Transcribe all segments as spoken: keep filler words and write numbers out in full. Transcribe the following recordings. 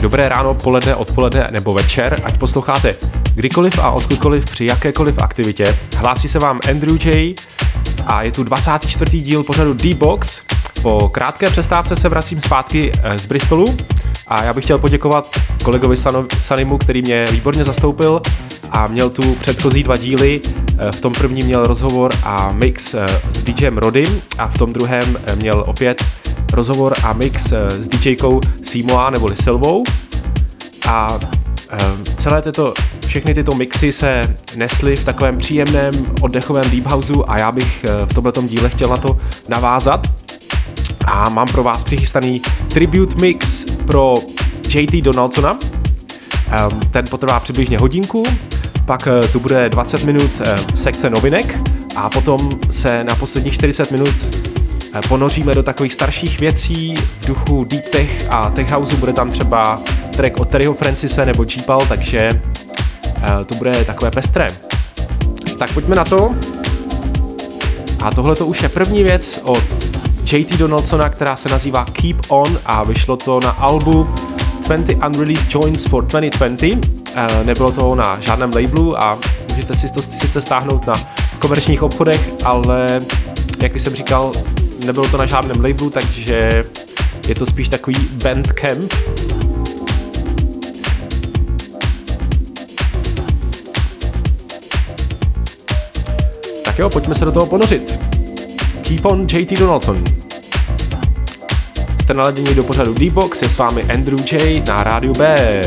Tak dobré ráno, poledne, odpoledne nebo večer, ať posloucháte kdykoliv a odkudkoliv při jakékoliv aktivitě. Hlásí se vám Andrew J. a je tu dvacátý čtvrtý díl pořadu D-Box. Po krátké přestávce se vracím zpátky z Bristolu a já bych chtěl poděkovat kolegovi Sanimu, který mě výborně zastoupil a měl tu předchozí dva díly. V tom prvním měl rozhovor a mix s DJem Rodym a v tom druhém měl opět rozhovor a mix s DJkou Simoa neboli Silvou. A celé tyto, všechny tyto mixy se nesly v takovém příjemném oddechovém deep houseu a já bych v tomhletom díle chtěl na to navázat. A mám pro vás přichystaný tribute mix pro J T Donaldsona. Ten potrvá přibližně hodinku, pak tu bude dvacet minut sekce novinek a potom se na posledních čtyřicet minut ponoříme do takových starších věcí v duchu deep tech a tech houseu. Bude tam třeba track od Terryho Francise nebo G-Pal, takže to bude takové pestré. Tak pojďme na to. A tohle to už je první věc od J T Donaldsona, která se nazývá Keep On a vyšlo to na albu dvacet Unreleased Joints for dvacet dvacet. Nebylo to na žádném labelu a můžete si to sice stáhnout na komerčních obchodech, ale jak jsem říkal, nebylo to na žádném labelu, takže je to spíš takový bandcamp. Tak jo, pojďme se do toho ponořit. Keep On, J T Donaldson. Jste naladění do pořadu D-Box, je s vámi Andrew J na rádiu B.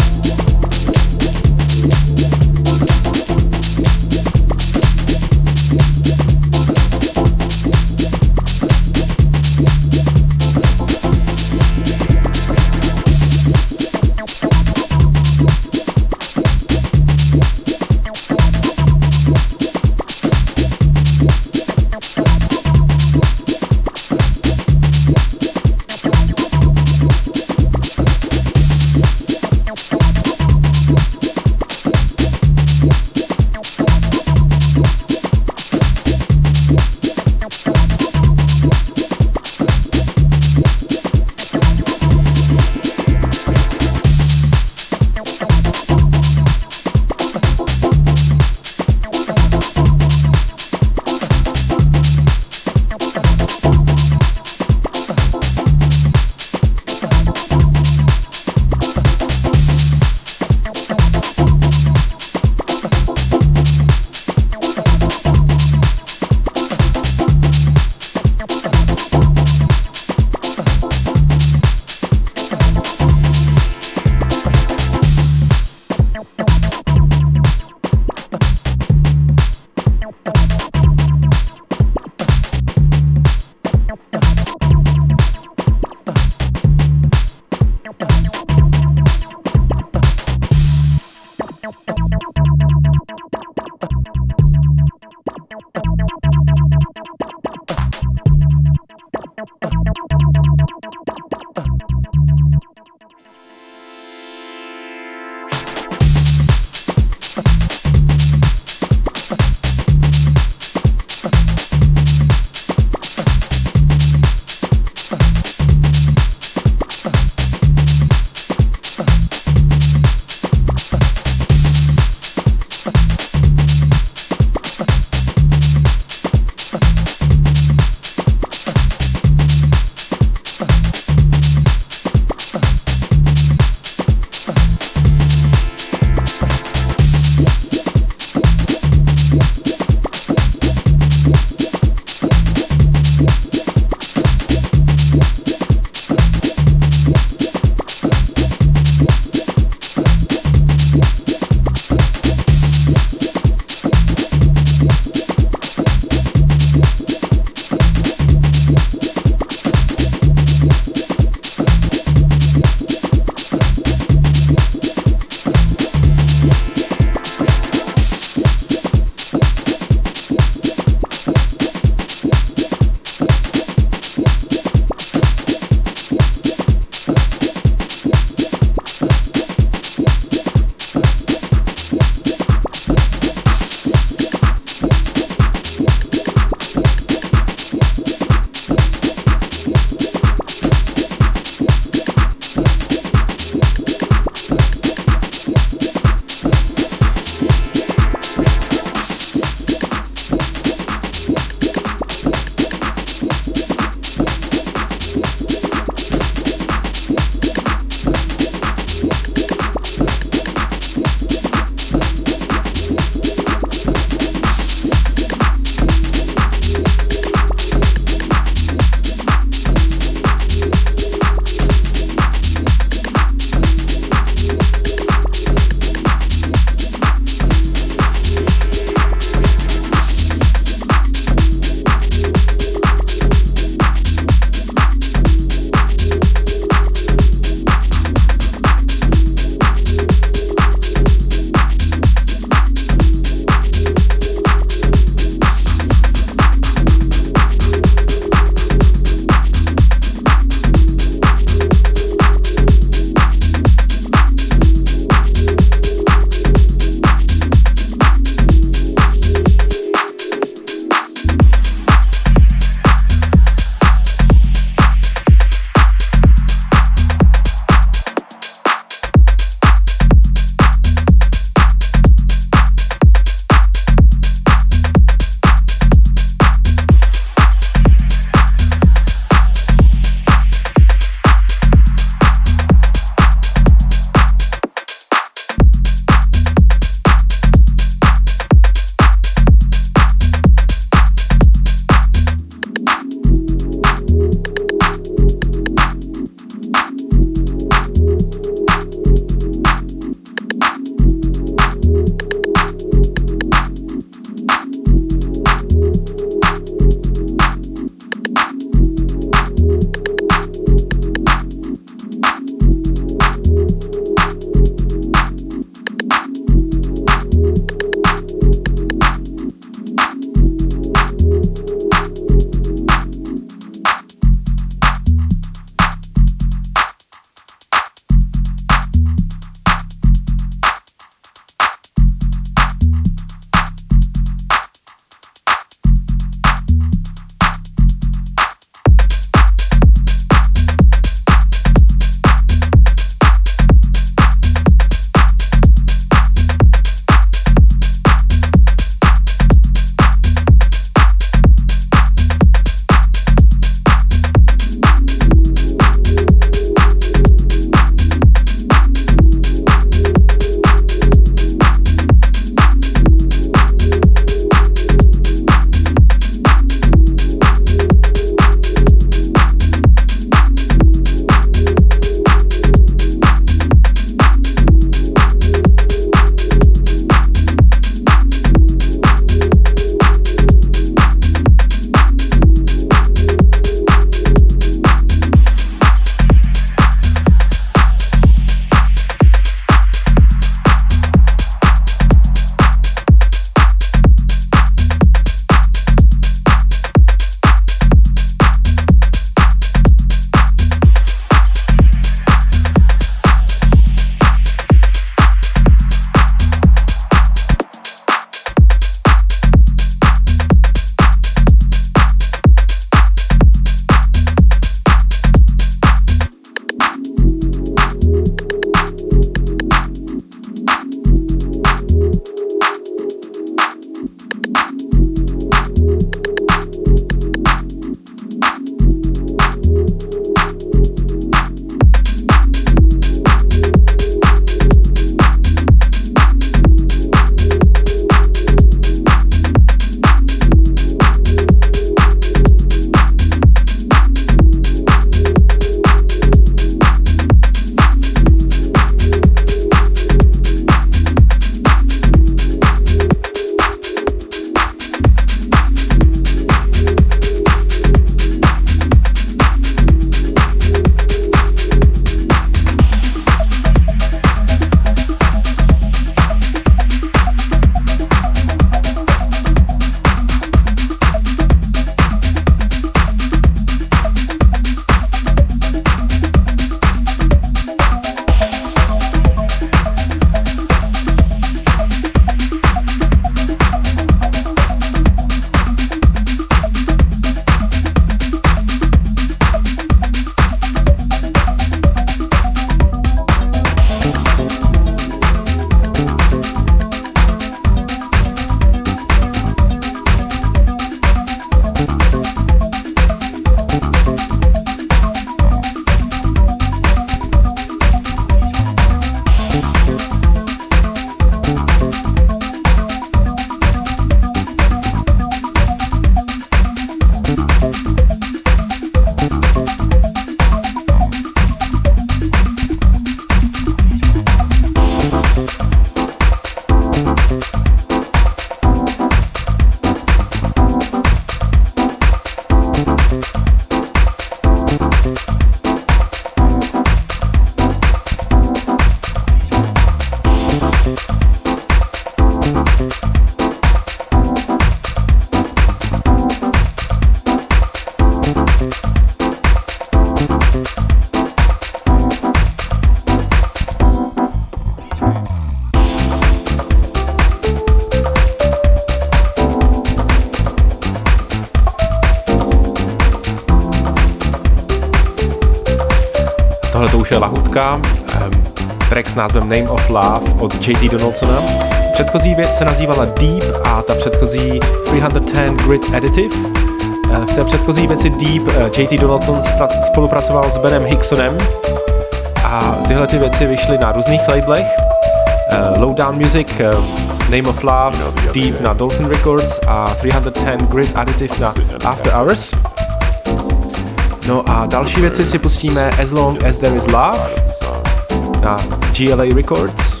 jednotka, um, track s názvem Name of Love od J T Donaldsona. Předchozí věc se nazývala Deep a ta předchozí tři set deset Grid Additive. V té předchozí věci Deep J T Donaldson spolupracoval s Benem Hicksonem a tyhle ty věci vyšly na různých labelech. Uh, Lowdown Music, uh, Name of Love, Deep na Dolphin Records a tři set deset Grid Additive na After Hours. No a další věci si pustíme As Long As There Is Love na G L A Records.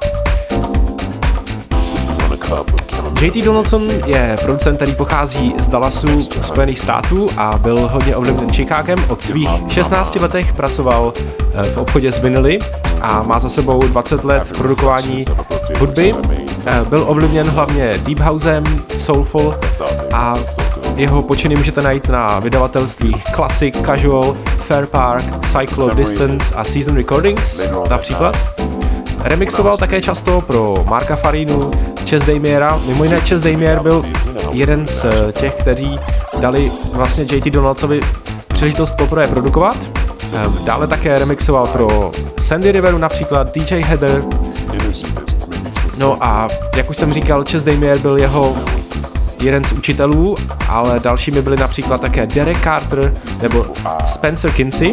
J T Donaldson je producent, který pochází z Dallasu, Spojených států a byl hodně ovlivněn Chicagem. Od svých šestnácti letech pracoval v obchodě s vinily a má za sebou dvacet let produkování hudby. Byl ovlivněn hlavně Deep Housem, Soulful a jeho počiny můžete najít na vydavatelstvích Classic, Casual, Fair Park, Cyclo, Distance a Season Recordings například. Remixoval také často pro Marka Farinu, Chess Damiera. Mimo jiné Chess Damier byl jeden z těch, kteří dali vlastně J T Donaldsovi příležitost poprvé produkovat. Dále také remixoval pro Sandy Riveru například, D J Heather. No a jak už jsem říkal, Chess Damier byl jeho jeden z učitelů, ale dalšími byli například také Derek Carter nebo Spencer Kinsey.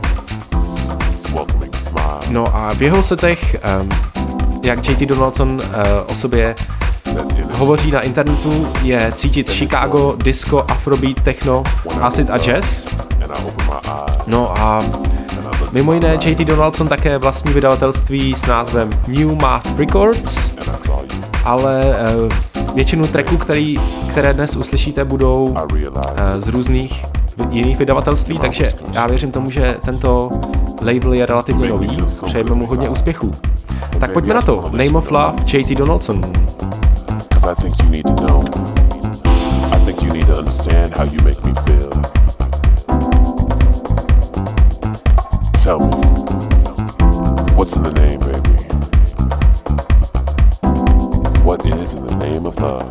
No a v jeho setech, um, jak J T Donaldson uh, o sobě hovoří na internetu, je cítit Chicago, disco, afrobeat, techno, acid a jazz. No a mimo jiné J T Donaldson také vlastní vydavatelství s názvem New Math Records, ale uh, většinu tracků, který, které dnes uslyšíte, budou uh, z různých jiných vydavatelství, takže já věřím tomu, že tento label je relativně nový, přejeme mu hodně úspěchů. Tak pojďme na to, Name of Love, J T Donaldson. Tell me, what's in the name, baby? What is in the name of love?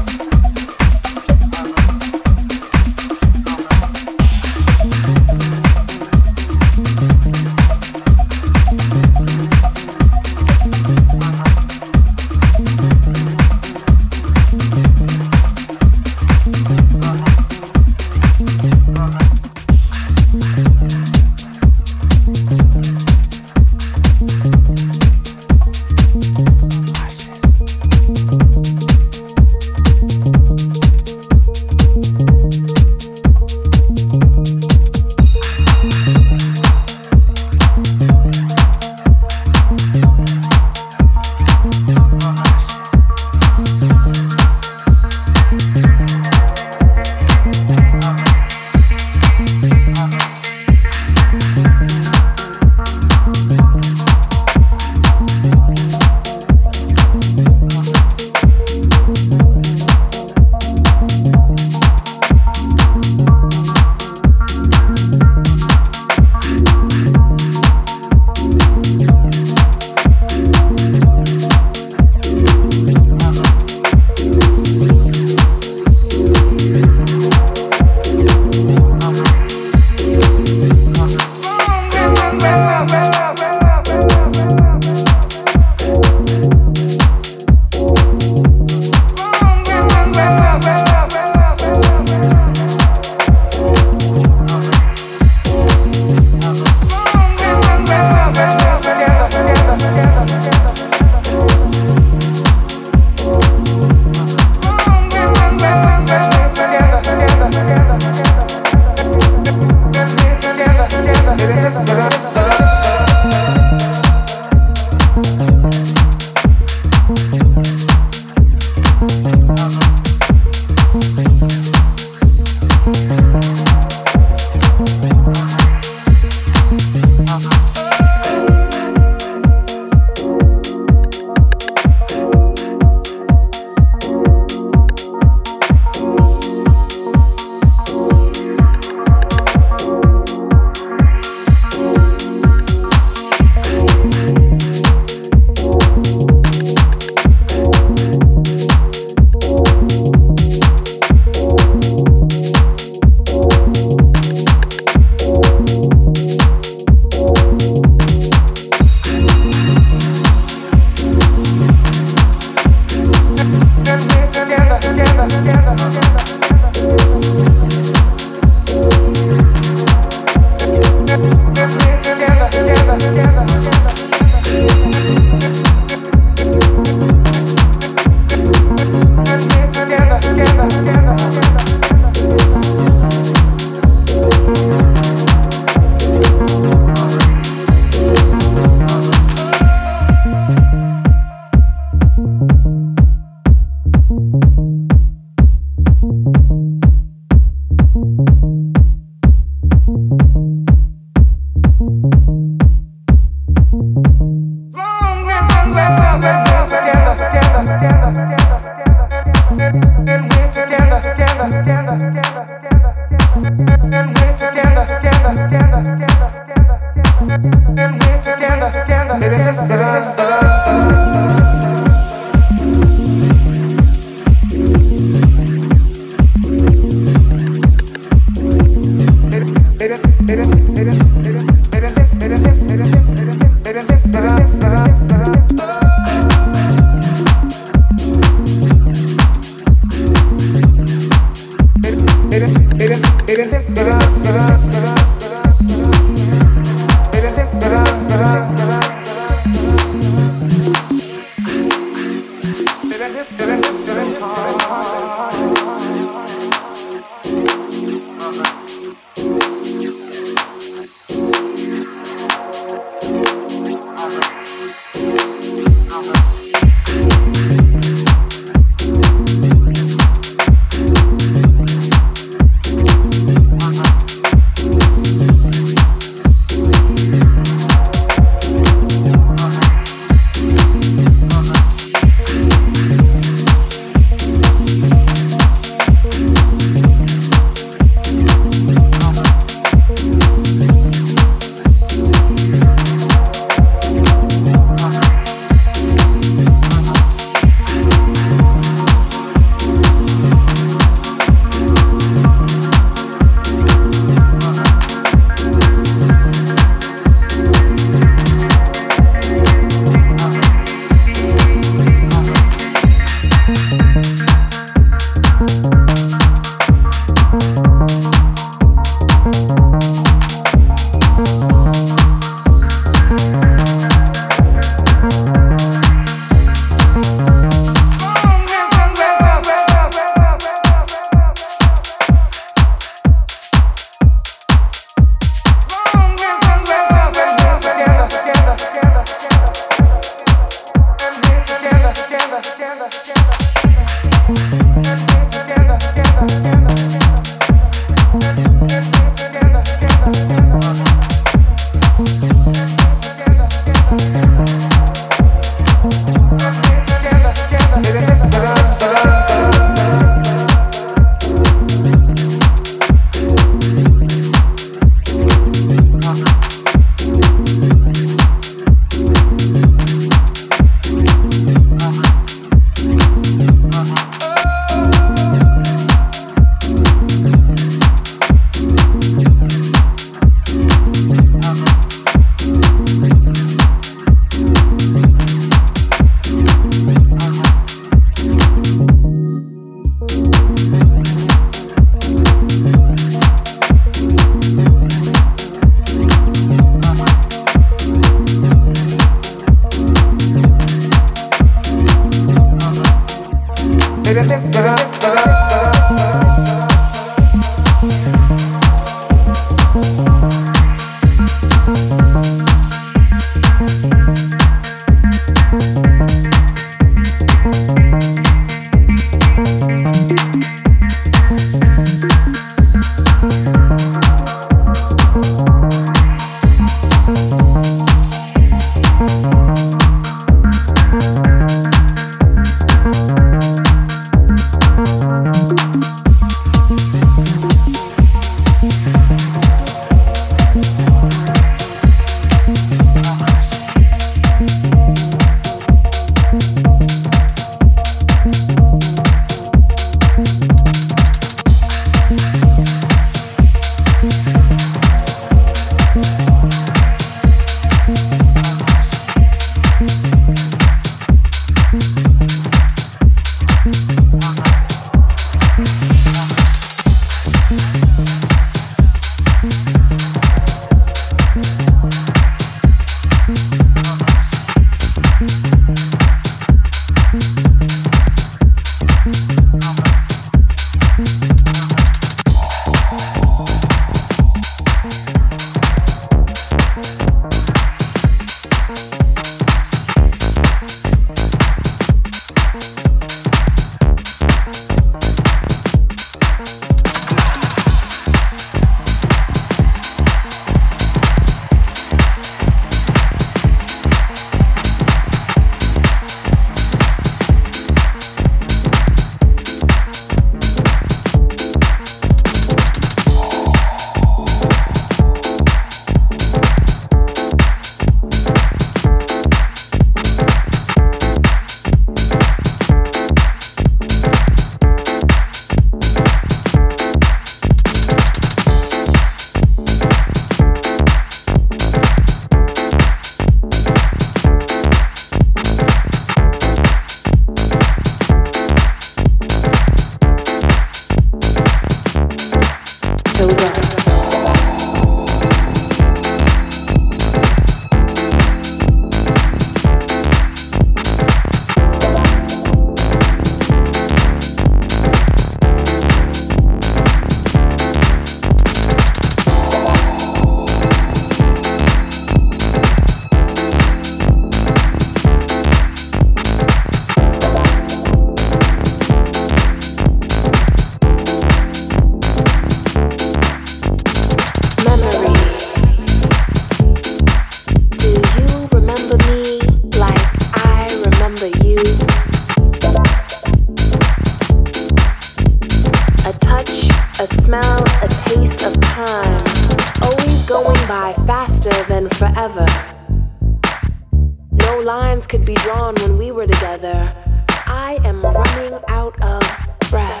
lines could be drawn when we were together. I am running out of breath.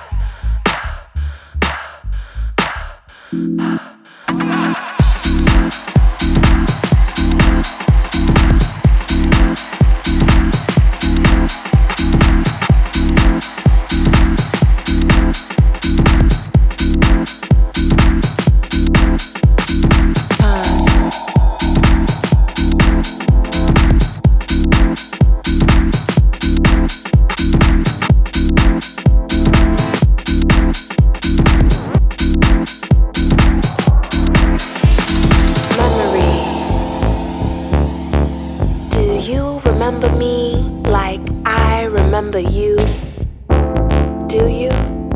You, do you?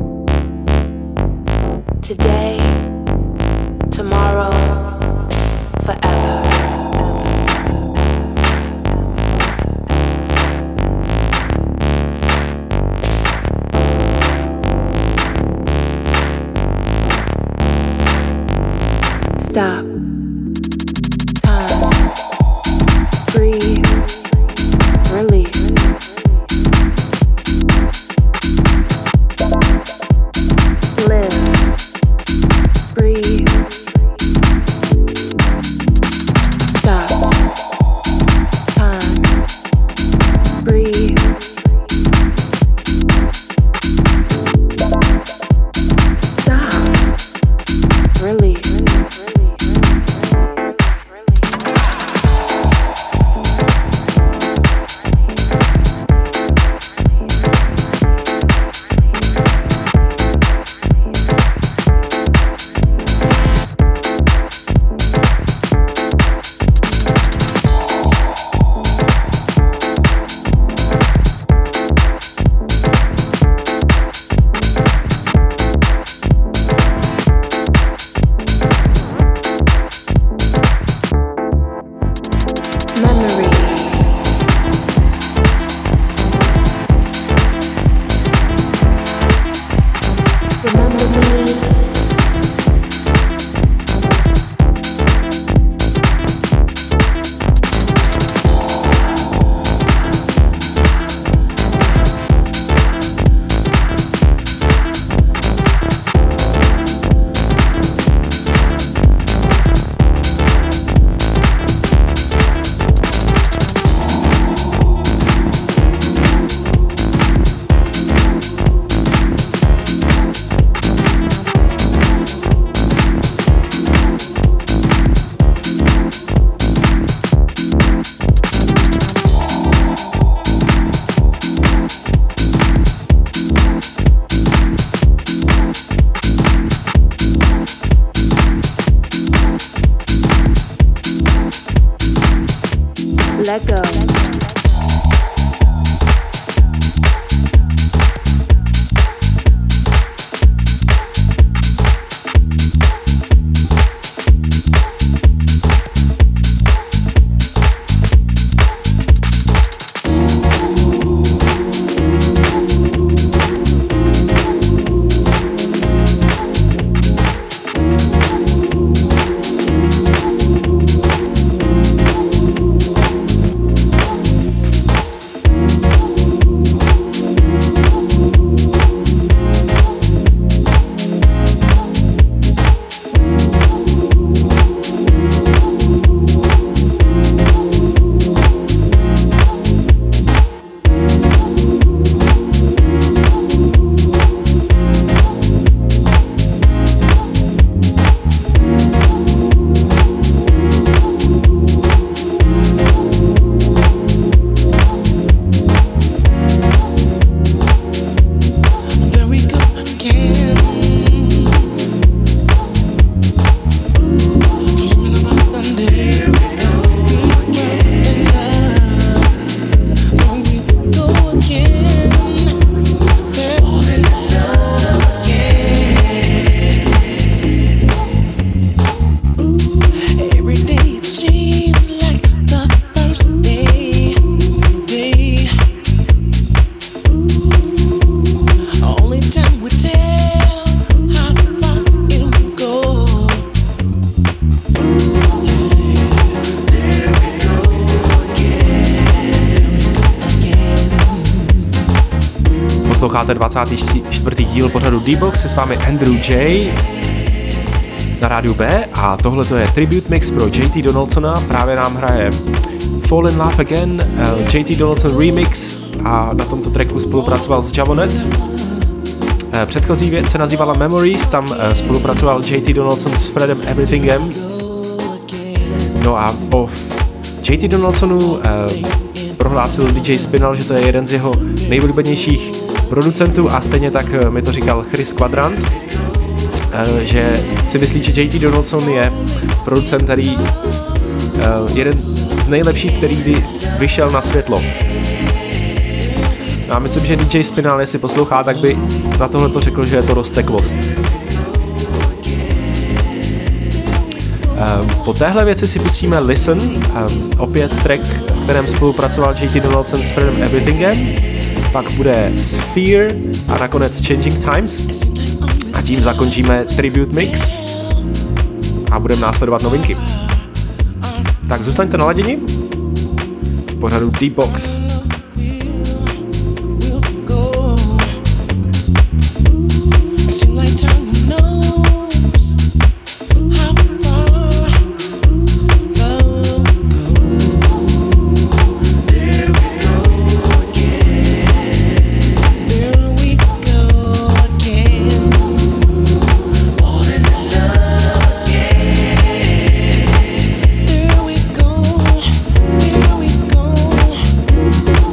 Today, tomorrow, forever. Stop. Time. Breathe. Release. Let go. Posloucháte dvacátý čtvrtý díl pořadu D-Box, je s vámi Andrew J. na rádiu B a tohle to je tribute mix pro J T Donaldsona. Právě nám hraje Fall in Love Again, J T Donaldson remix a na tomto tracku spolupracoval s Javonet. Předchozí věc se nazývala Memories, tam spolupracoval J T Donaldson s Fredem Everythingem. No a o J T Donaldsonu eh, prohlásil D J Spinal, že to je jeden z jeho nejoblíbenějších producentů a stejně tak mi to říkal Chris Quadrant, eh, že si myslí, že J T Donaldson je producent, který eh, jeden z nejlepších, který kdy vyšel na světlo. No a myslím, že D J Spinal, jestli poslouchá, tak by na tohle to řekl, že je to rozteklost. Po téhle věci si pustíme Listen, opět track, v kterém spolupracoval J T Donaldson s Fredem Everythingem, pak bude Sphere a nakonec Changing Times a tím zakončíme Tribute Mix a budeme následovat novinky. Tak zůstaňte naladěni v pořadu D-Box. Here we go.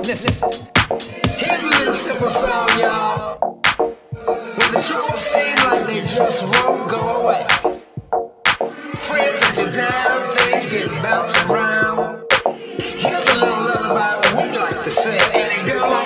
Listen, here's a little simple song, y'all. When the troubles seem like they just won't go away. Friends let you down, things get bounced around. Here's a little lullaby we like to sing, and it goes.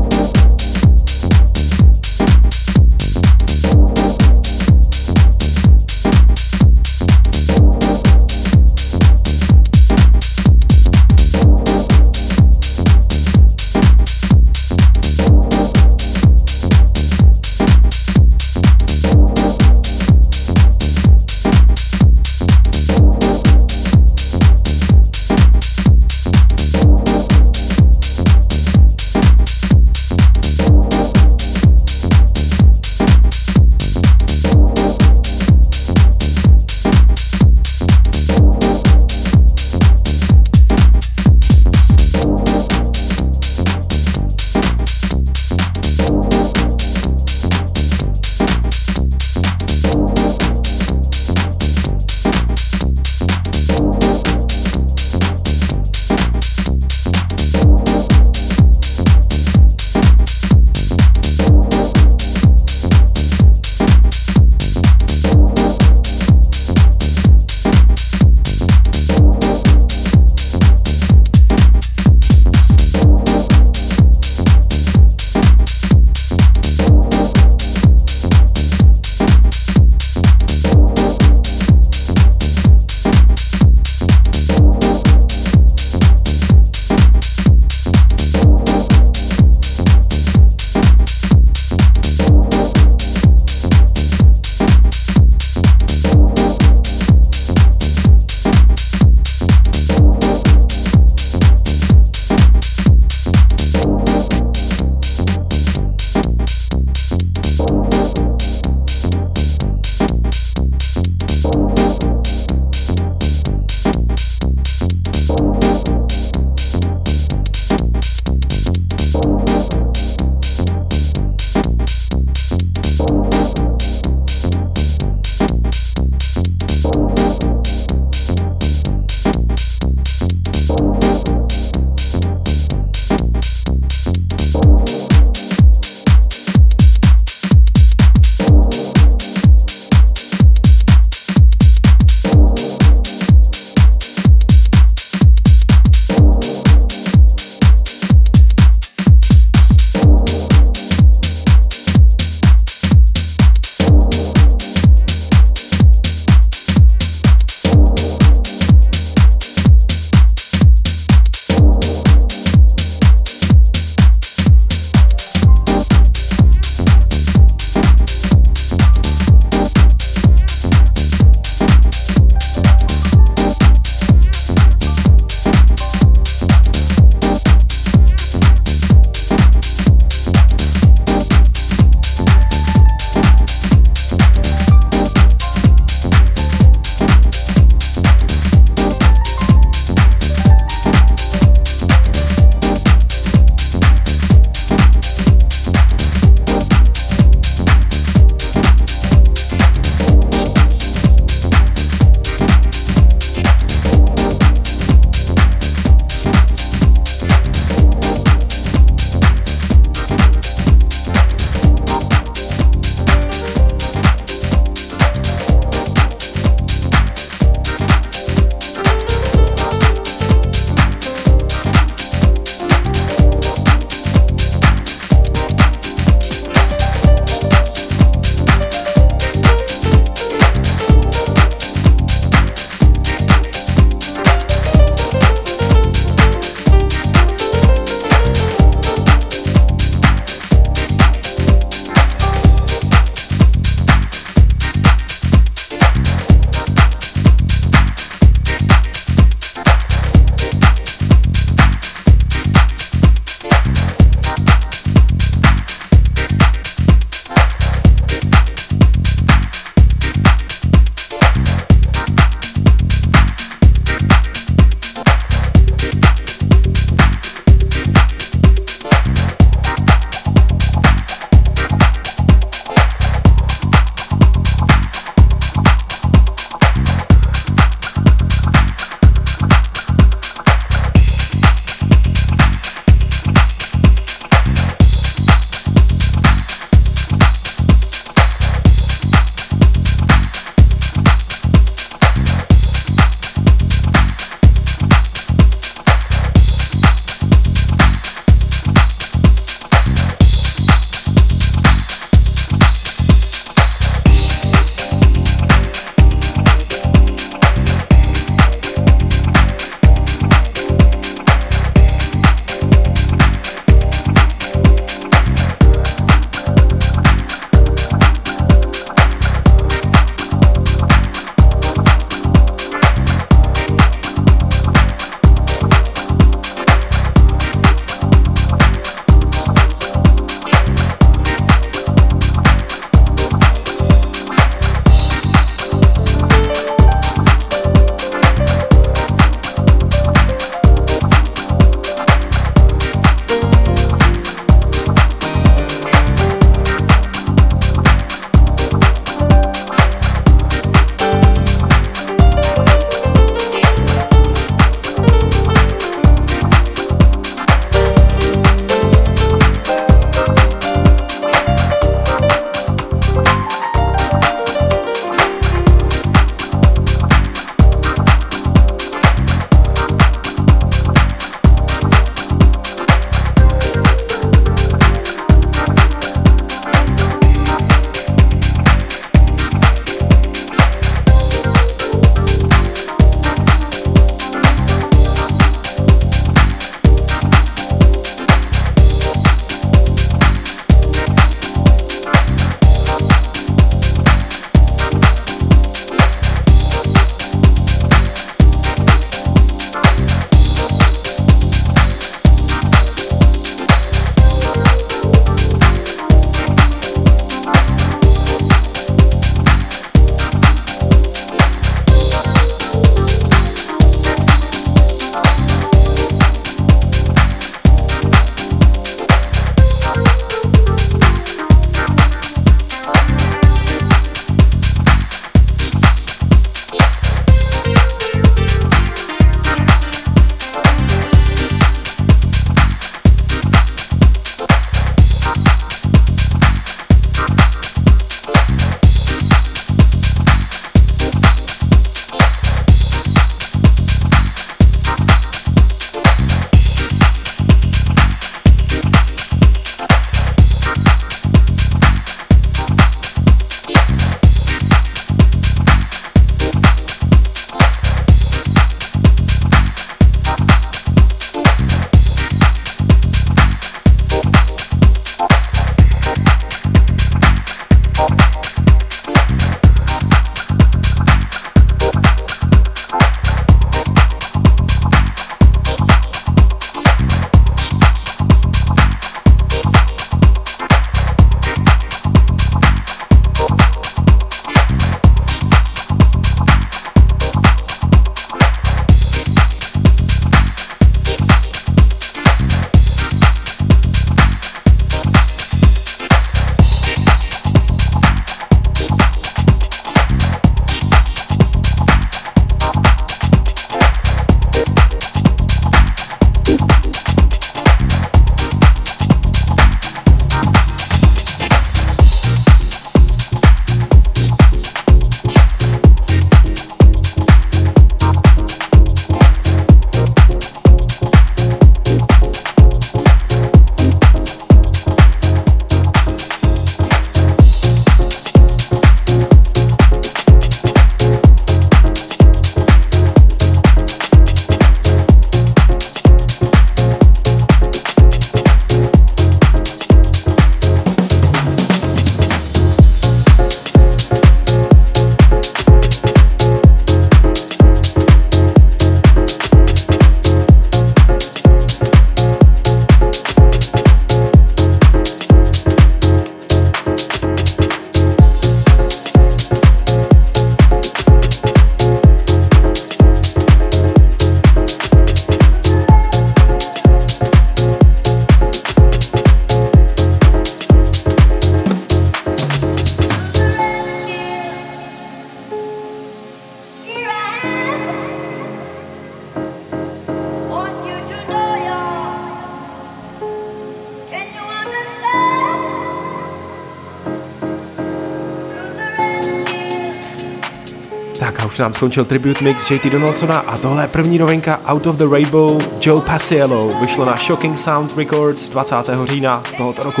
Tak a už nám skončil tribute mix J T Donaldsona a tohle je první novinka Out of the Rainbow Joe Paciello. Vyšlo na Shocking Sound Records dvacátého října tohoto roku.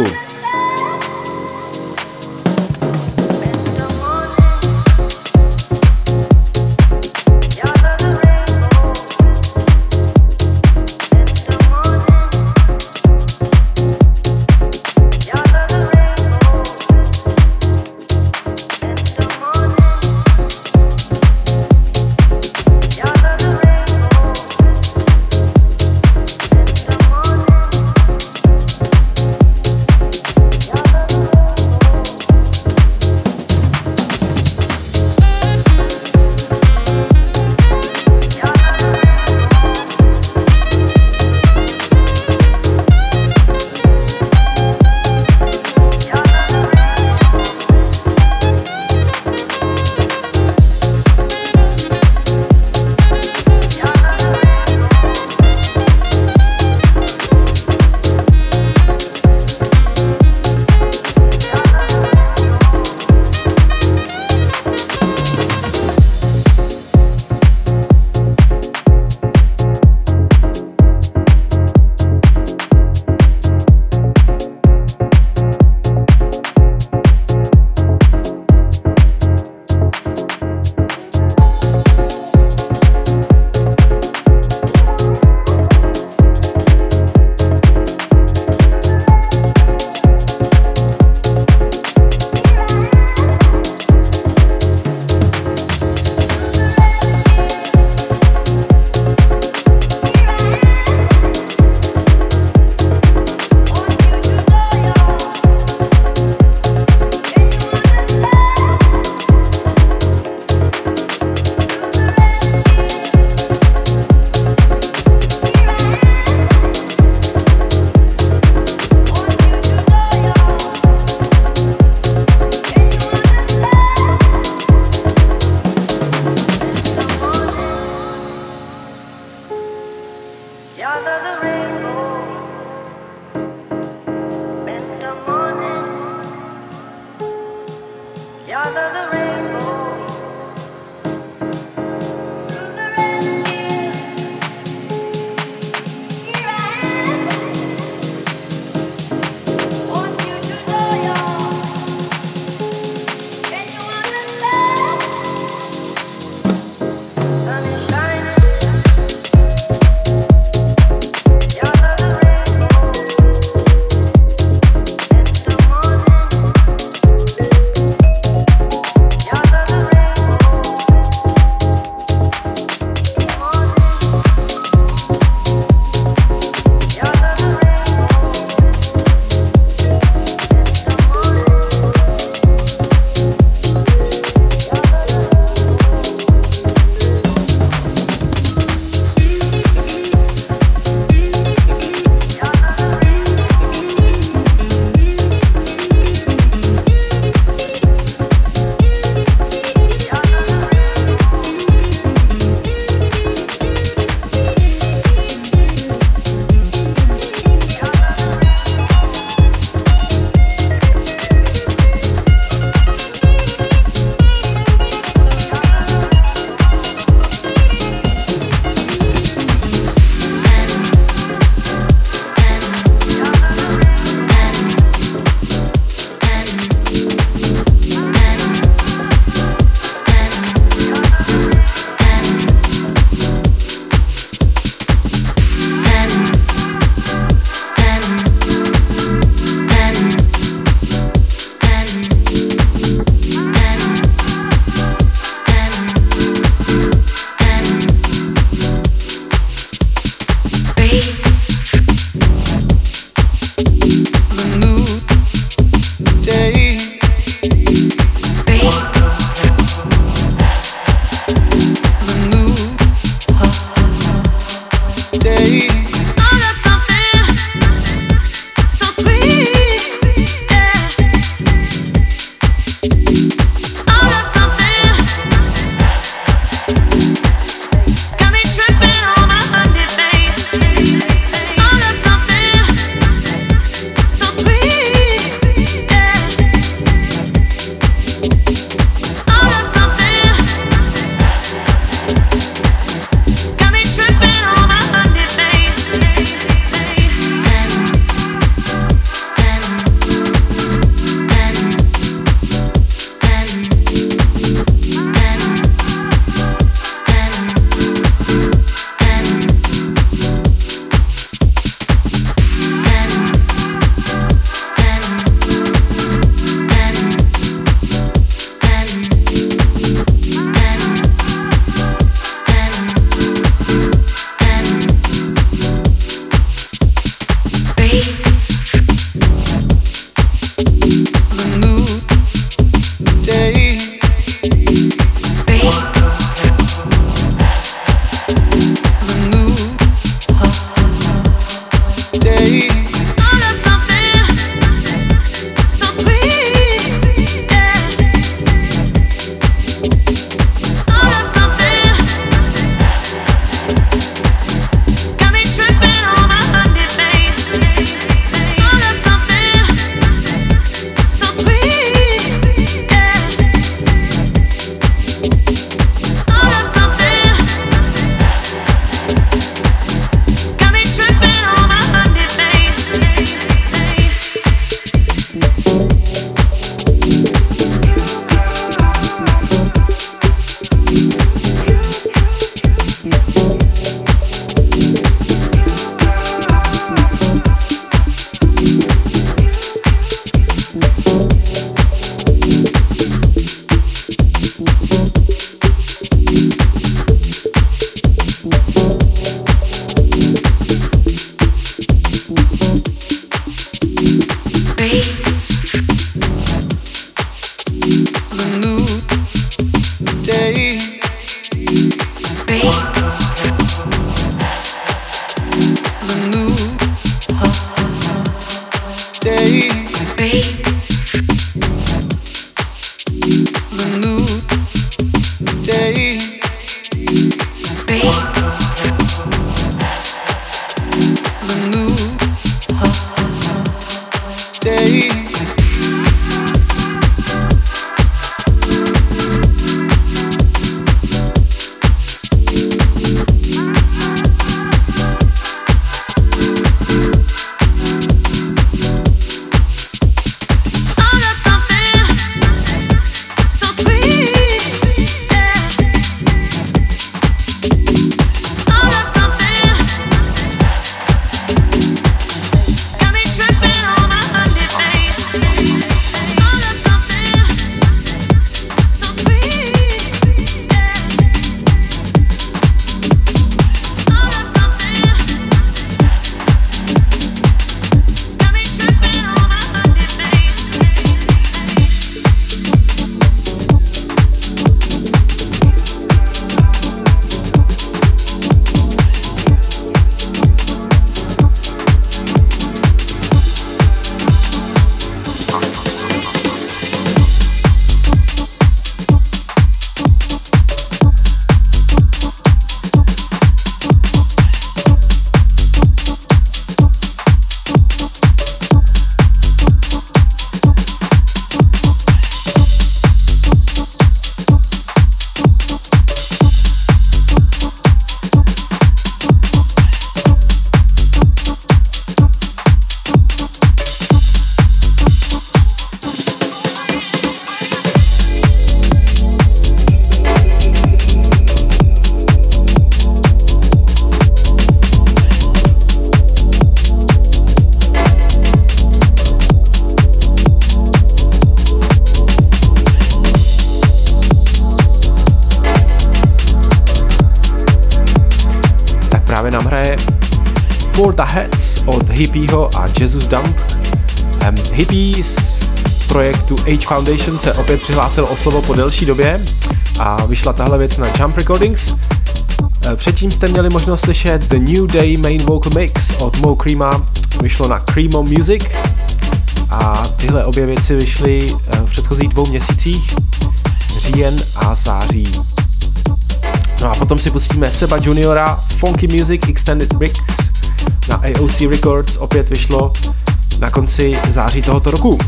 For the Heads od Hippieho a Jesus Dump. Um, Hippie z projektu Age Foundation se opět přihlásil o slovo po delší době a vyšla tahle věc na Jump Recordings. Předtím jste měli možnost slyšet The New Day Main Vocal Mix od Mo Creama, vyšlo na Creamo Music a tyhle obě věci vyšly v předchozích dvou měsících, říjen a září. No a potom si pustíme Seba Juniora, Funky Music Extended Mix na A O C Records, opět vyšlo na konci září tohoto roku.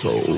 soul.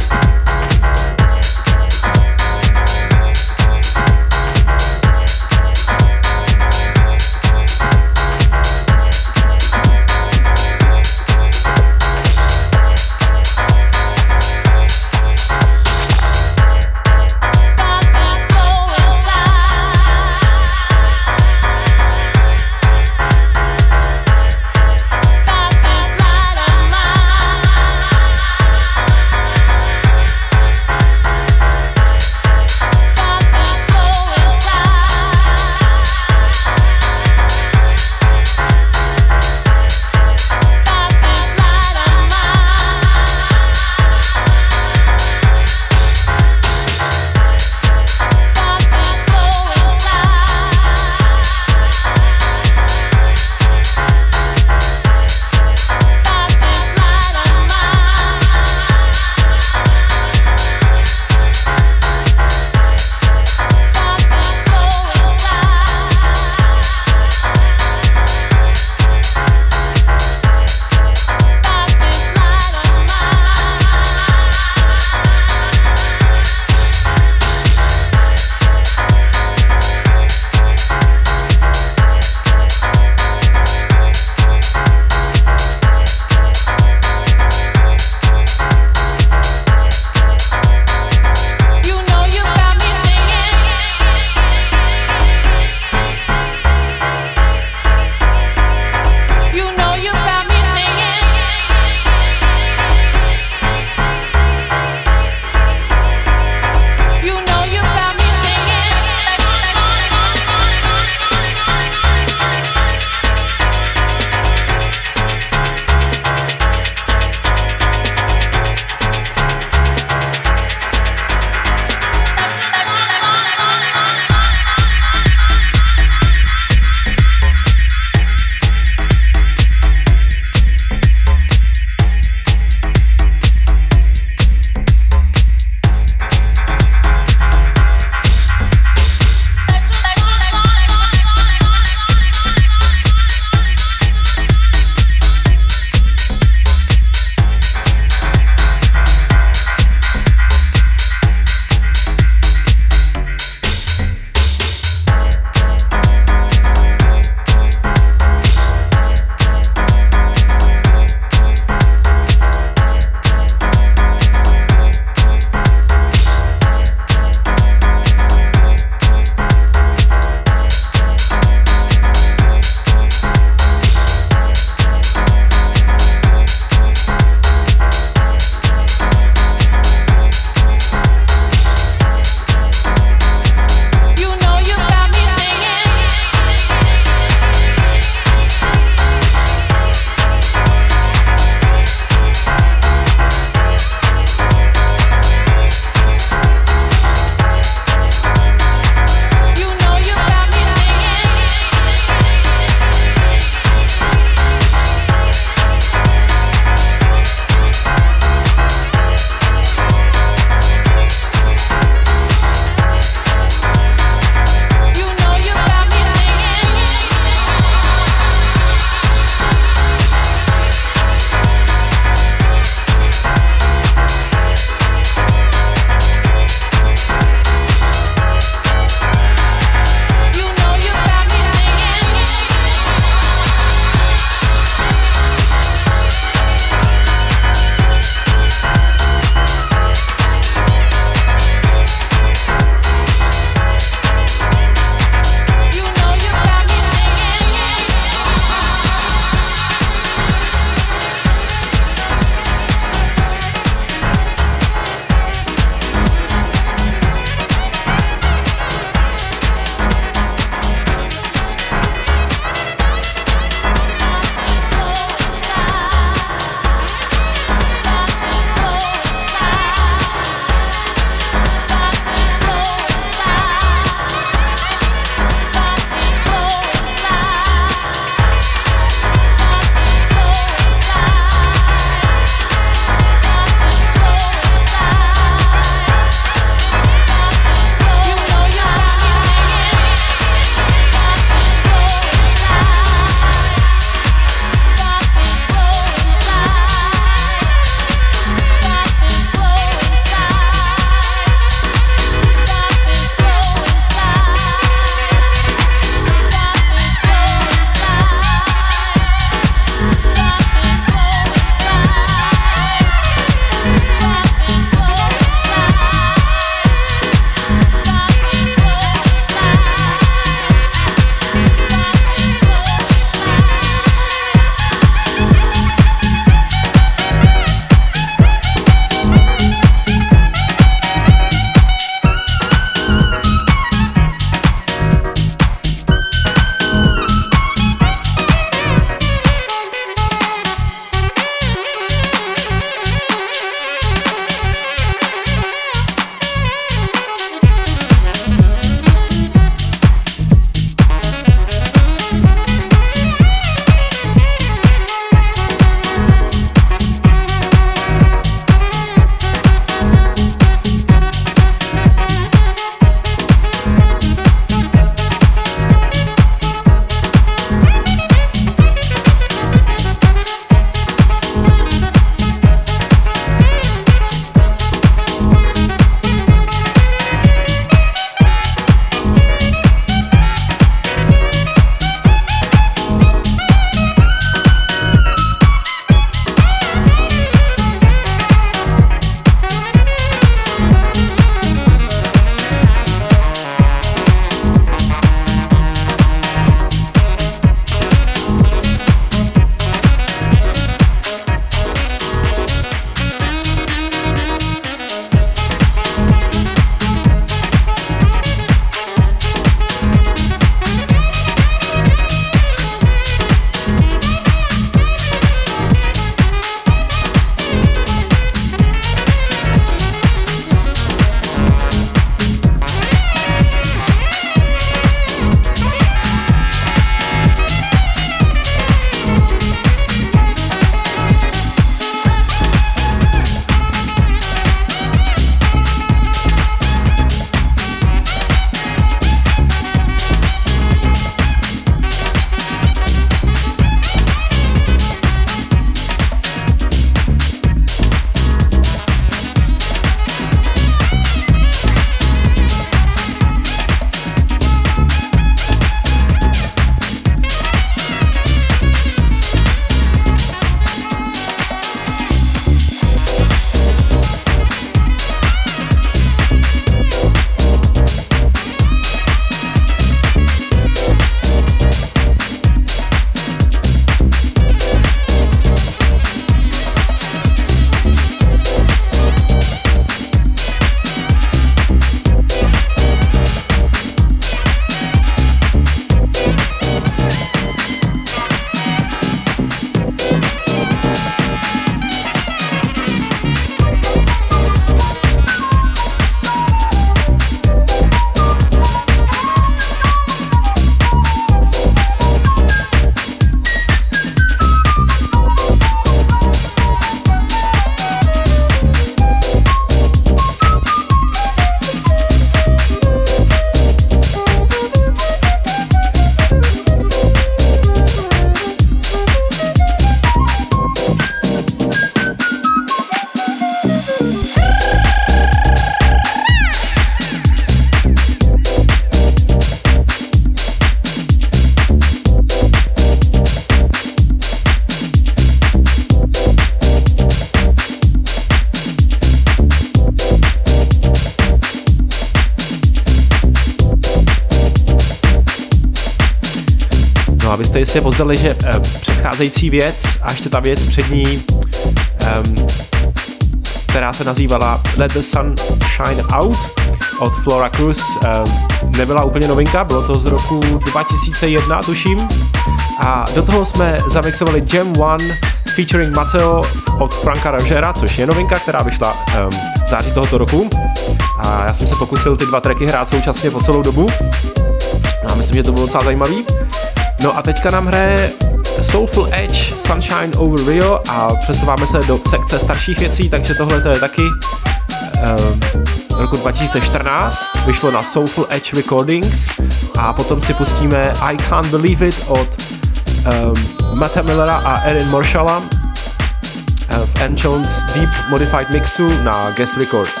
abyste jistě poznali, že um, předcházející věc a ještě ta věc před ní, um, která se nazývala Let the Sun Shine Out od Flora Cruz, um, nebyla úplně novinka, bylo to z roku dva tisíce jedna, tuším. A do toho jsme zamixovali Jam One featuring Mateo od Franka Rogera, což je novinka, která vyšla um, v září tohoto roku. A já jsem se pokusil ty dva tracky hrát současně po celou dobu. No a myslím, že to bylo docela zajímavý. No a teďka nám hraje Soulful Edge Sunshine Over Rio a přesouváme se do sekce starších věcí, takže tohle to je taky um, roku dva tisíce čtrnáct, vyšlo na Soulful Edge Recordings a potom si pustíme I Can't Believe It od um, Matta Millera a Erin Marshalla uh, v Ann Jones Deep Modified Mixu na Guess Records.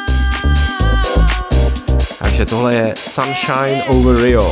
Takže tohle je Sunshine Over Rio.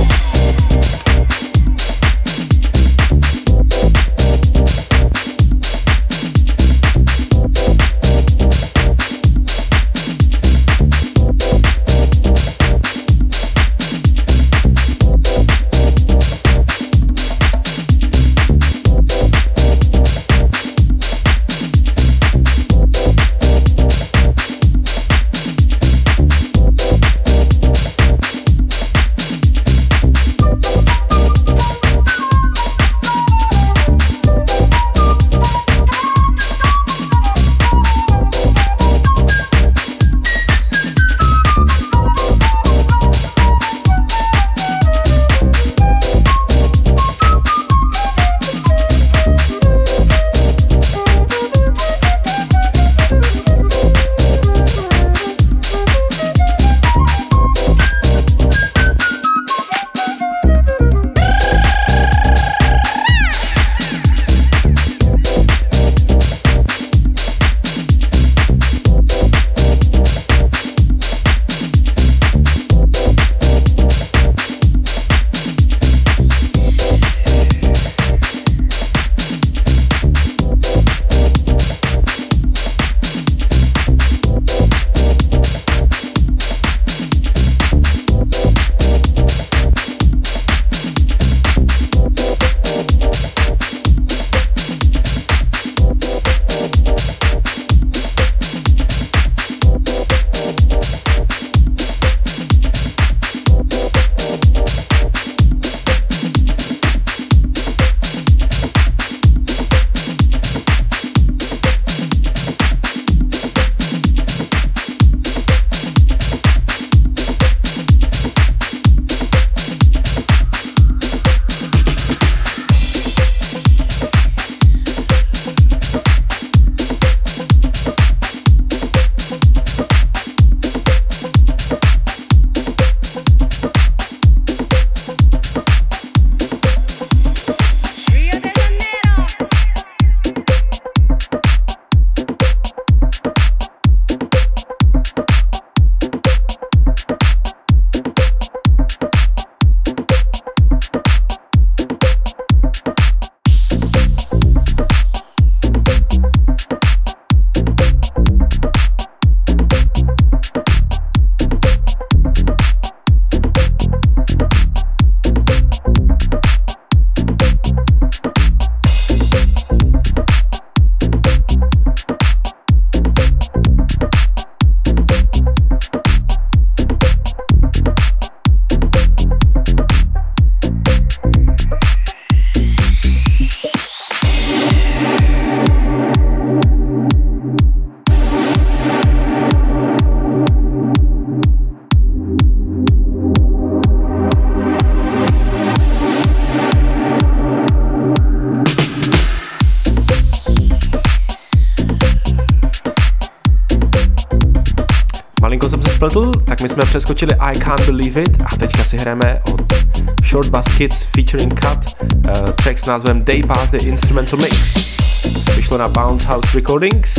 Malinko jsem se spletl, tak my jsme přeskočili I Can't Believe It a teďka si hrajeme od Short Bus Kids featuring Cut uh, track s názvem Day Party Instrumental Mix. Vyšlo na Bounce House Recordings.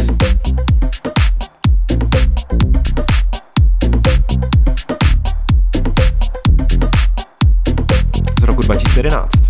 Z roku dva tisíce jedenáct.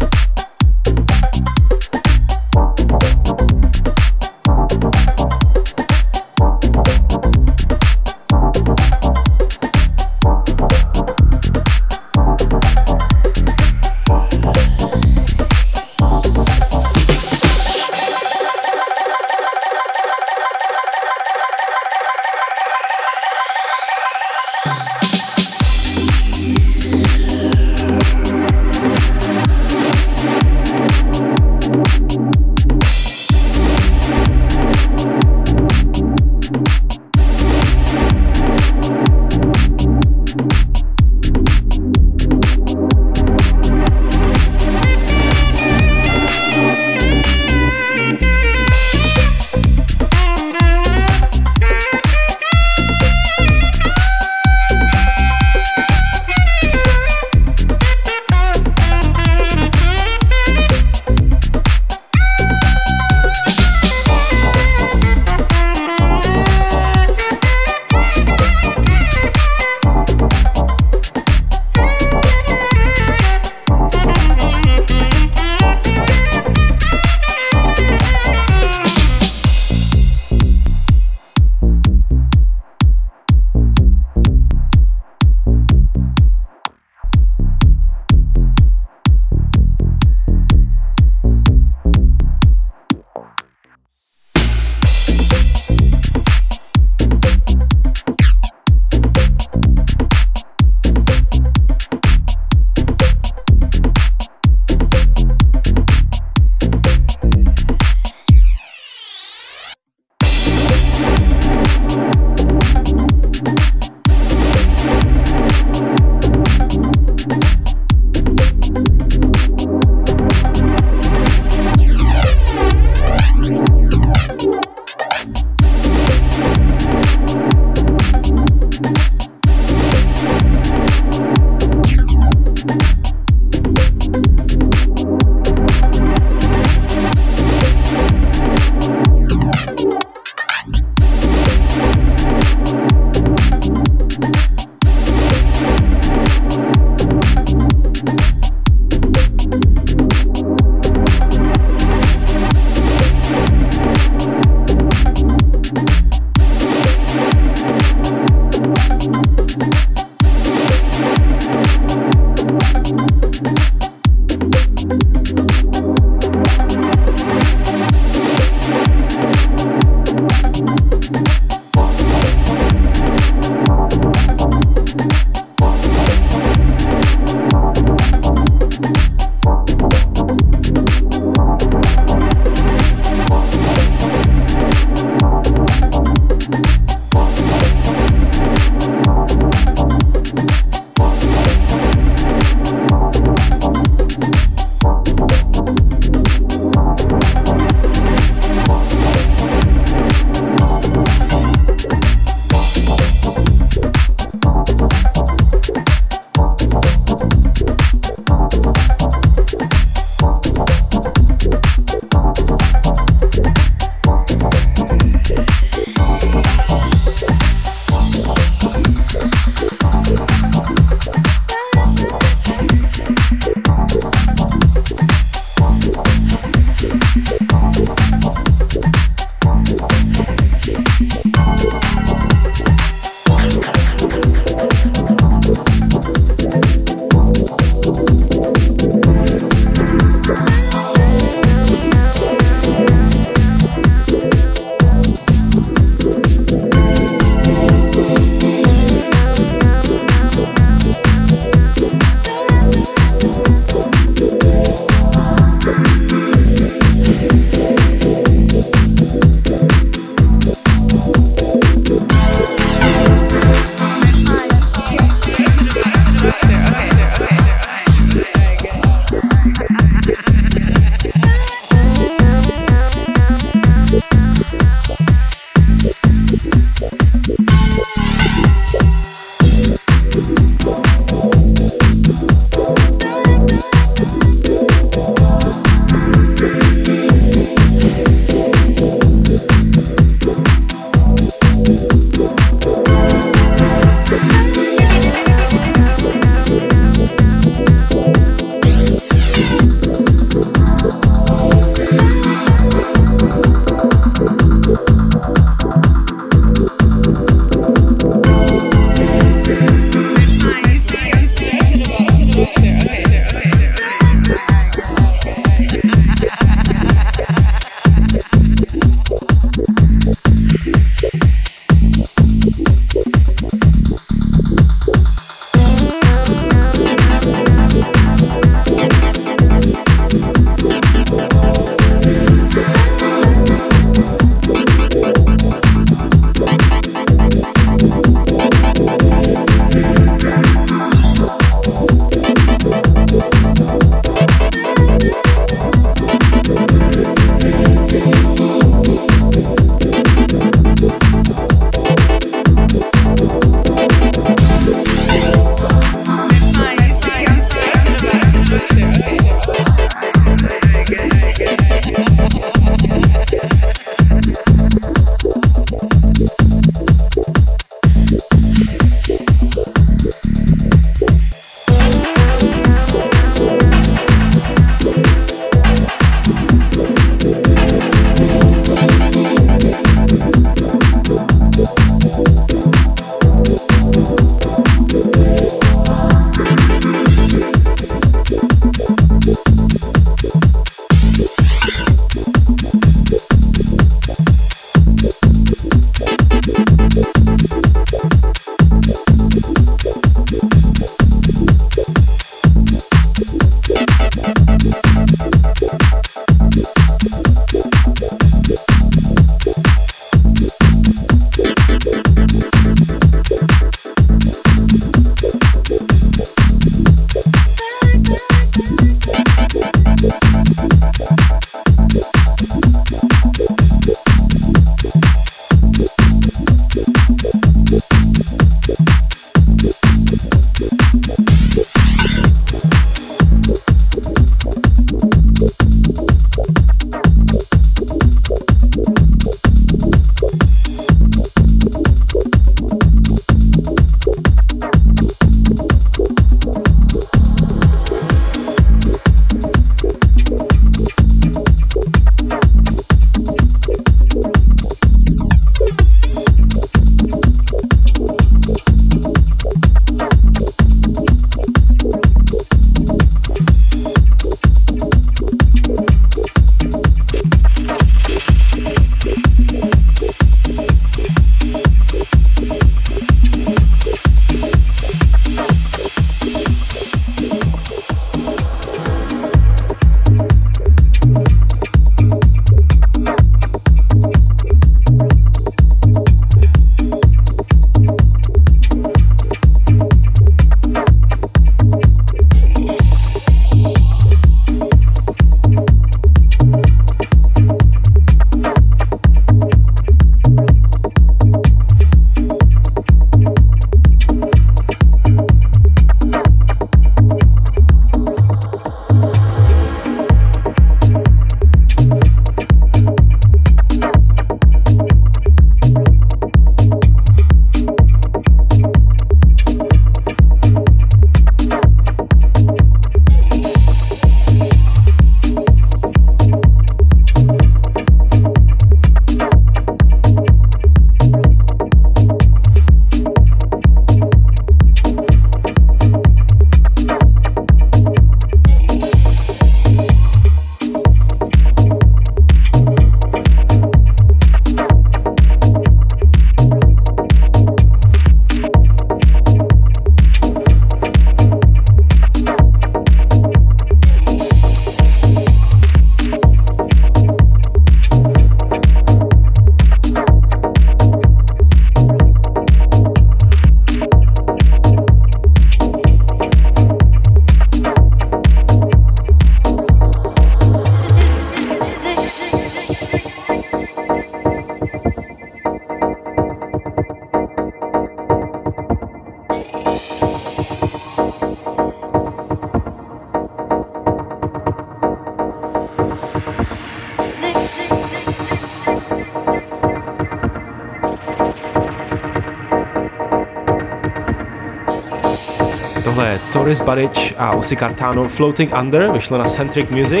Tohle je Toris Badic a Usi Cartano Floating Under, vyšlo na Centric Music.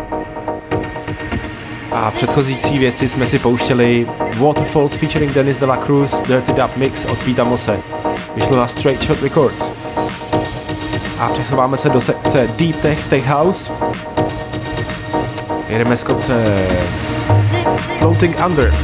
A předchozící věci jsme si pouštěli Waterfalls featuring Dennis de la Cruz, Dirty Dub Mix od Pete Mose. Vyšlo na Straight Shot Records. A přesouváme se do sekce Deep Tech Tech House. Jedeme z kopce Floating Under.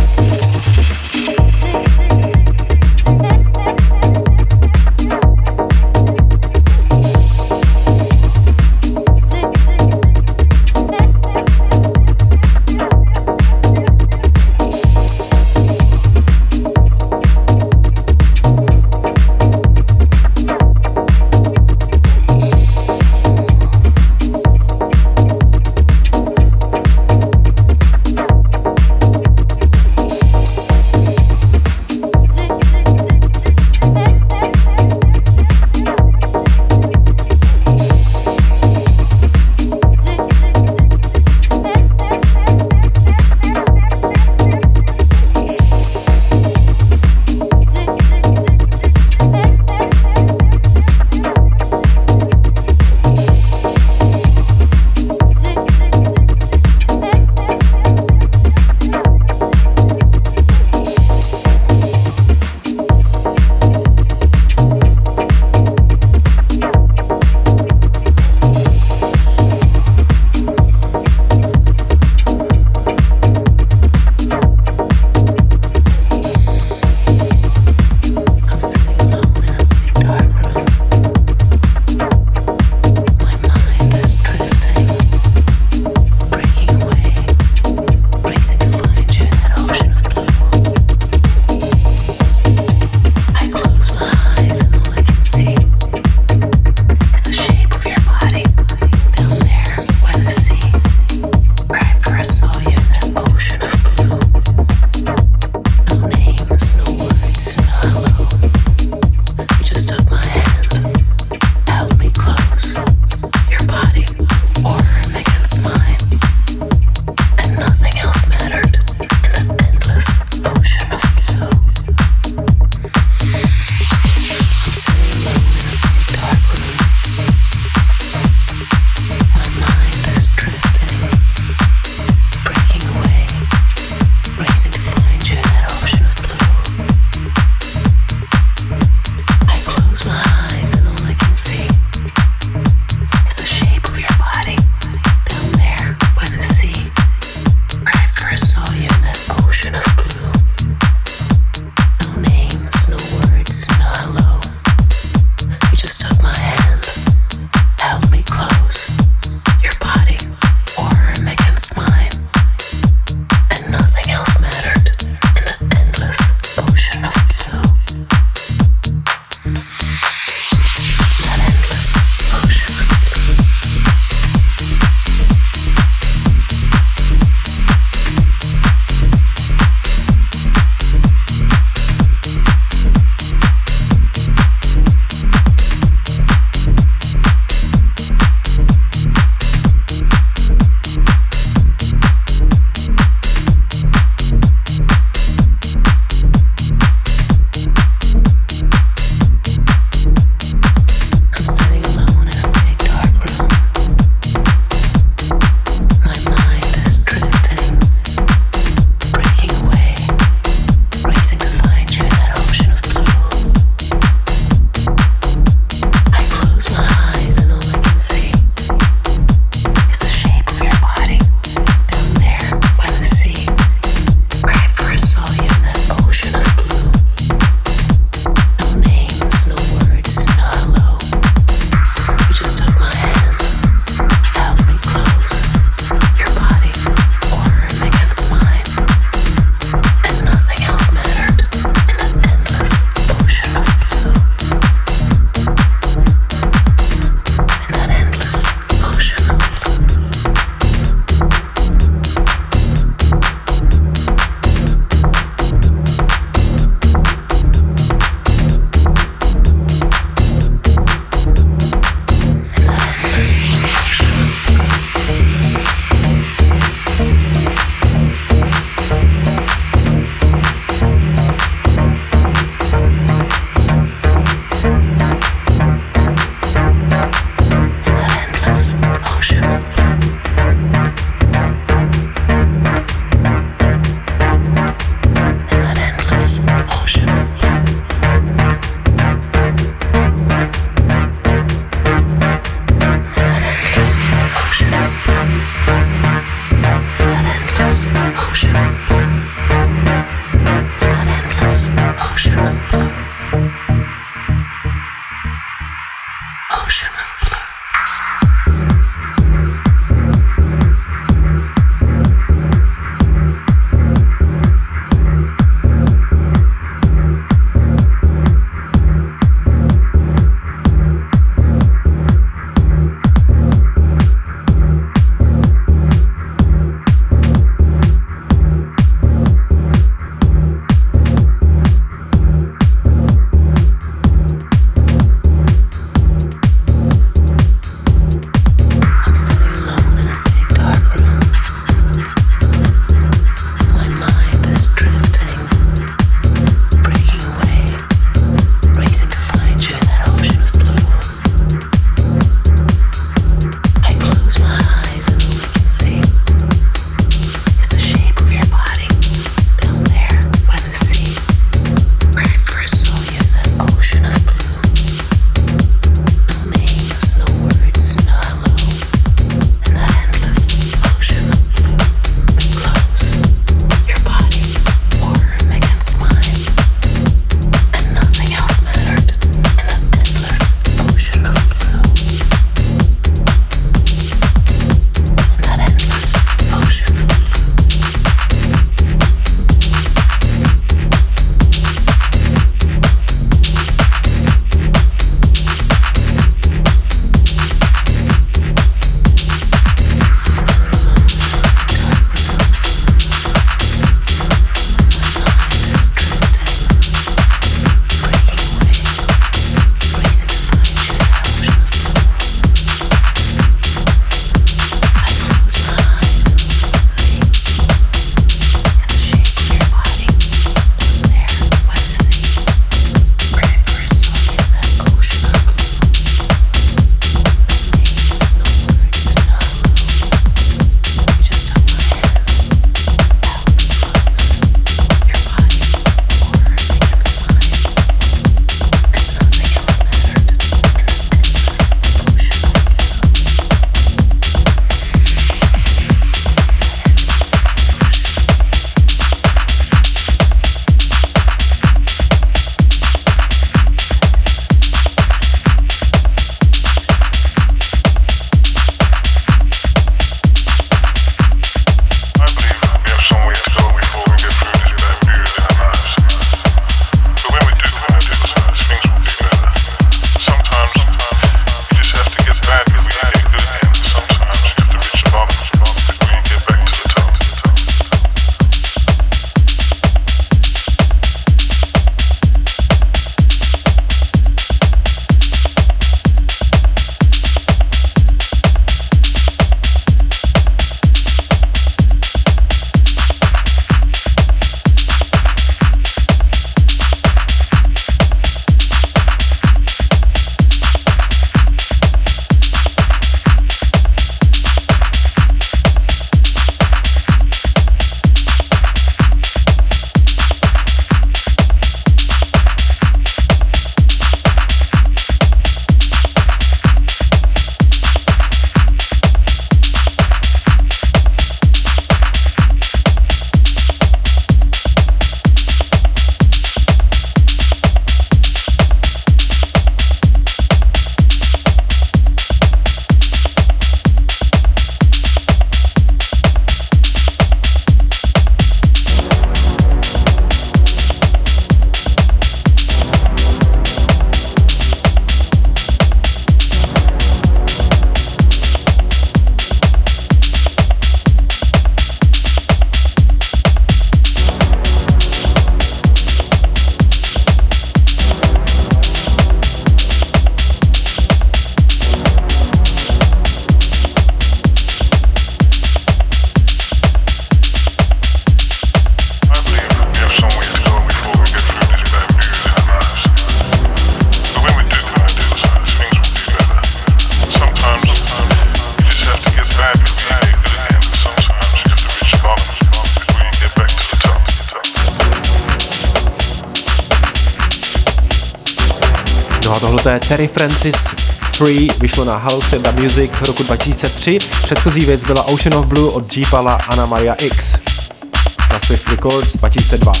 a tohle je Terry Francis Free, vyšlo na Halcyon Music roku dva tisíce tři. Předchozí věc byla Ocean of Blue od G-Pala Anna Maria X na Swift Records dva tisíce dva.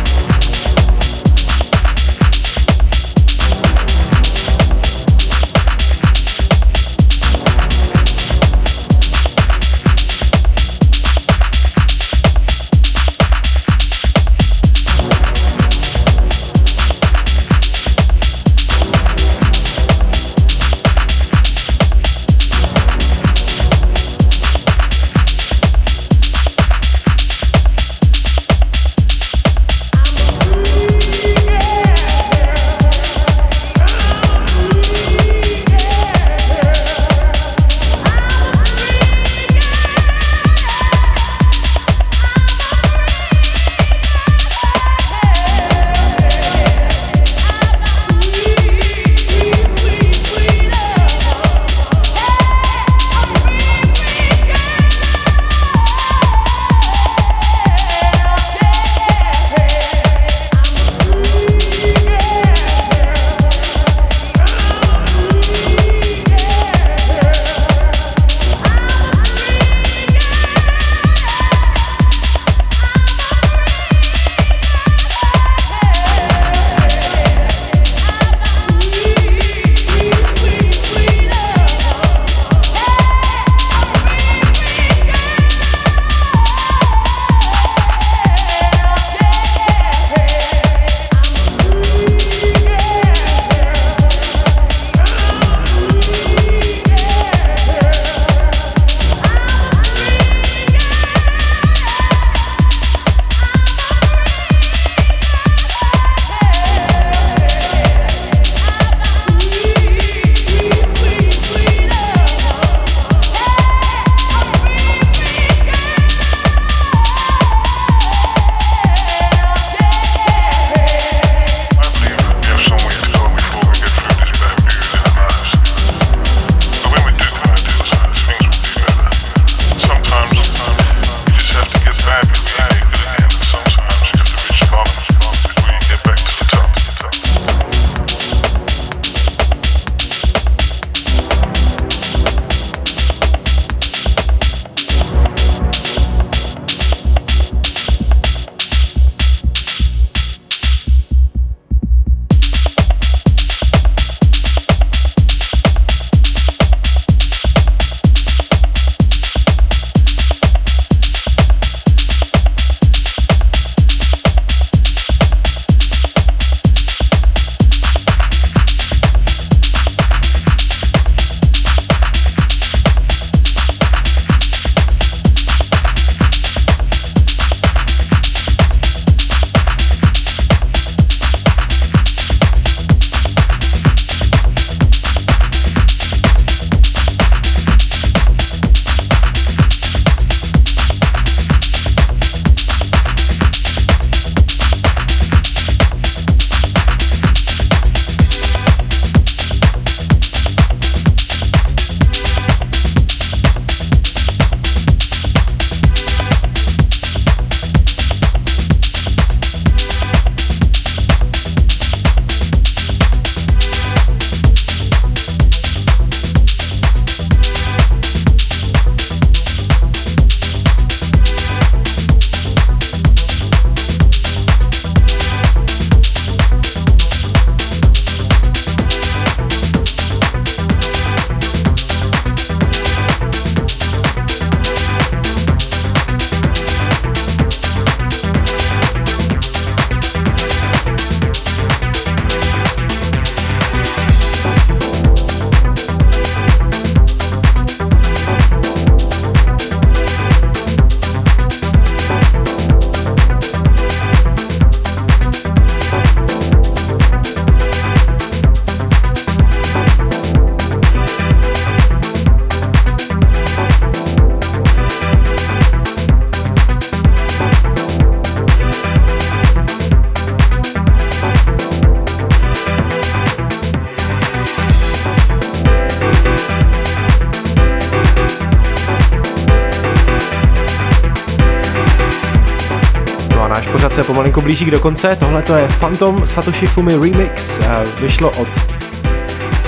náš pořad se pomalinku blíží k dokonce. Tohle to je Phantom Satoshi Fumi Remix. Vyšlo od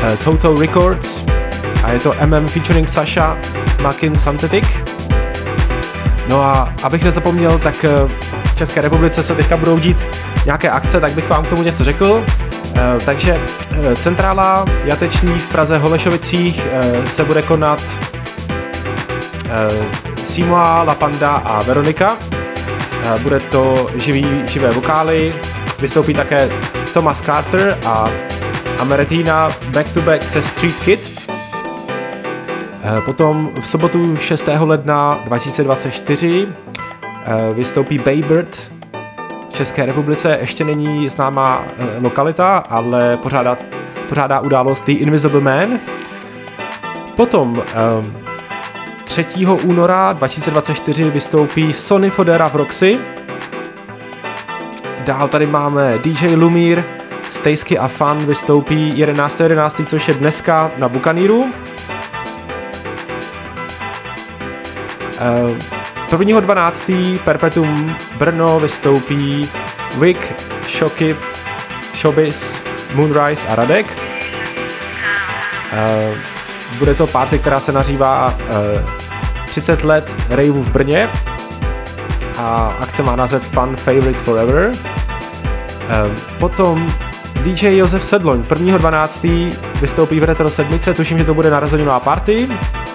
Total Records a je to M M featuring Sasha Makin Synthetic. No a abych nezapomněl, tak v České republice se teďka budou dít nějaké akce, tak bych vám k tomu něco řekl. Takže centrála jateční v Praze Holešovicích se bude konat Simoa, La Panda a Veronika. Bude to živý, živé vokály, vystoupí také Thomas Carter a Ameretina back to back se Street Kid. Potom v sobotu šestého ledna dva tisíce dvacet čtyři vystoupí Baybird v České republice. Ještě není známá lokalita, ale pořádá, pořádá událost The Invisible Man. Potom třetího února dva tisíce dvacet čtyři vystoupí Sonny Fodera v Roxy. Dál tady máme D J Lumír, Stejsky a Fun vystoupí jedenáctého jedenáctého což je dneska na Bukaníru. prvního dvanáctého Perpetuum Brno vystoupí Vic, Shokip, Showbiz, Moonrise a Radek. Bude to party, která se nazývá třicet let raveu v Brně a akce má název Fun Favorite Forever. Potom D J Josef Sedloň prvního dvanáctého vystoupí v Retro sedmice, tuším, že to bude narozeninová party.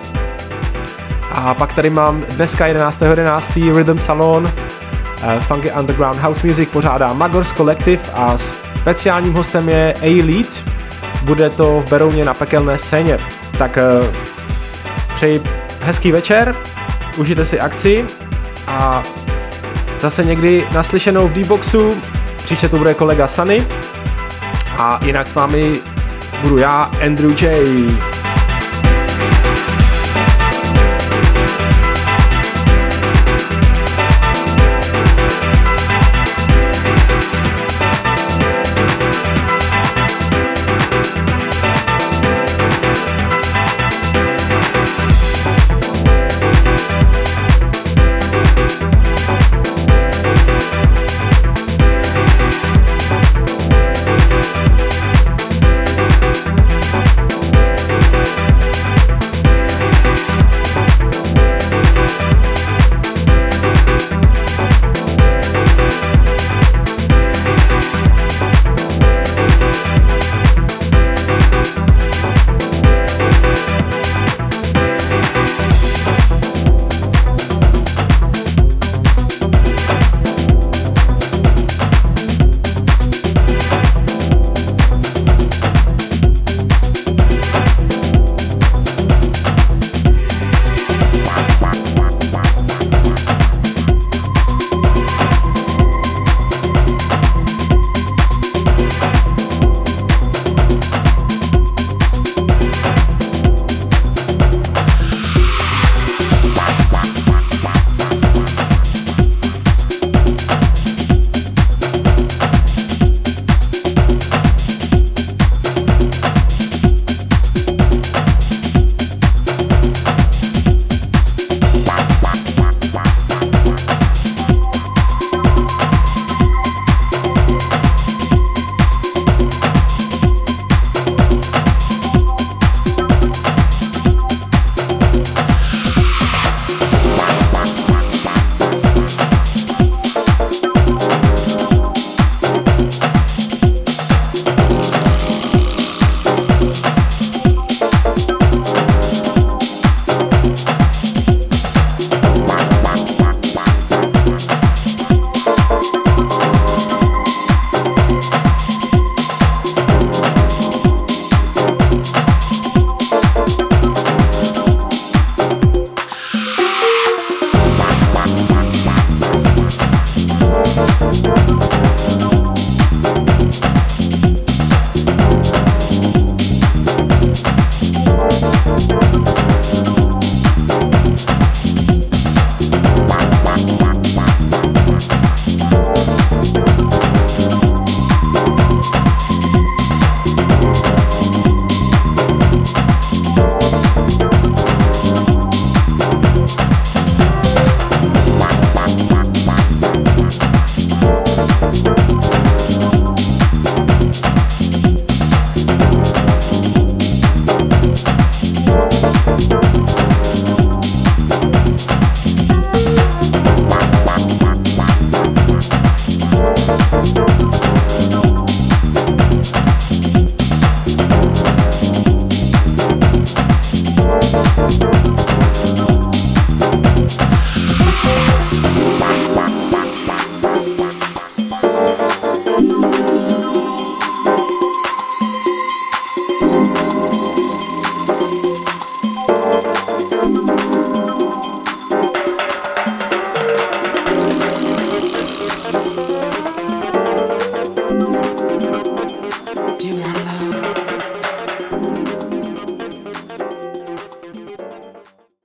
A pak tady mám dneska jedenáctého jedenáctého Rhythm Salon, Funky Underground House Music pořádá Magors Collective a speciálním hostem je A-Lead. Bude to v Berouně na Pekelné scéně. Tak přeji hezký večer, užijte si akci a zase někdy naslyšenou v D-Boxu. Příště tu bude kolega Sunny a jinak s vámi budu já, Andrew J.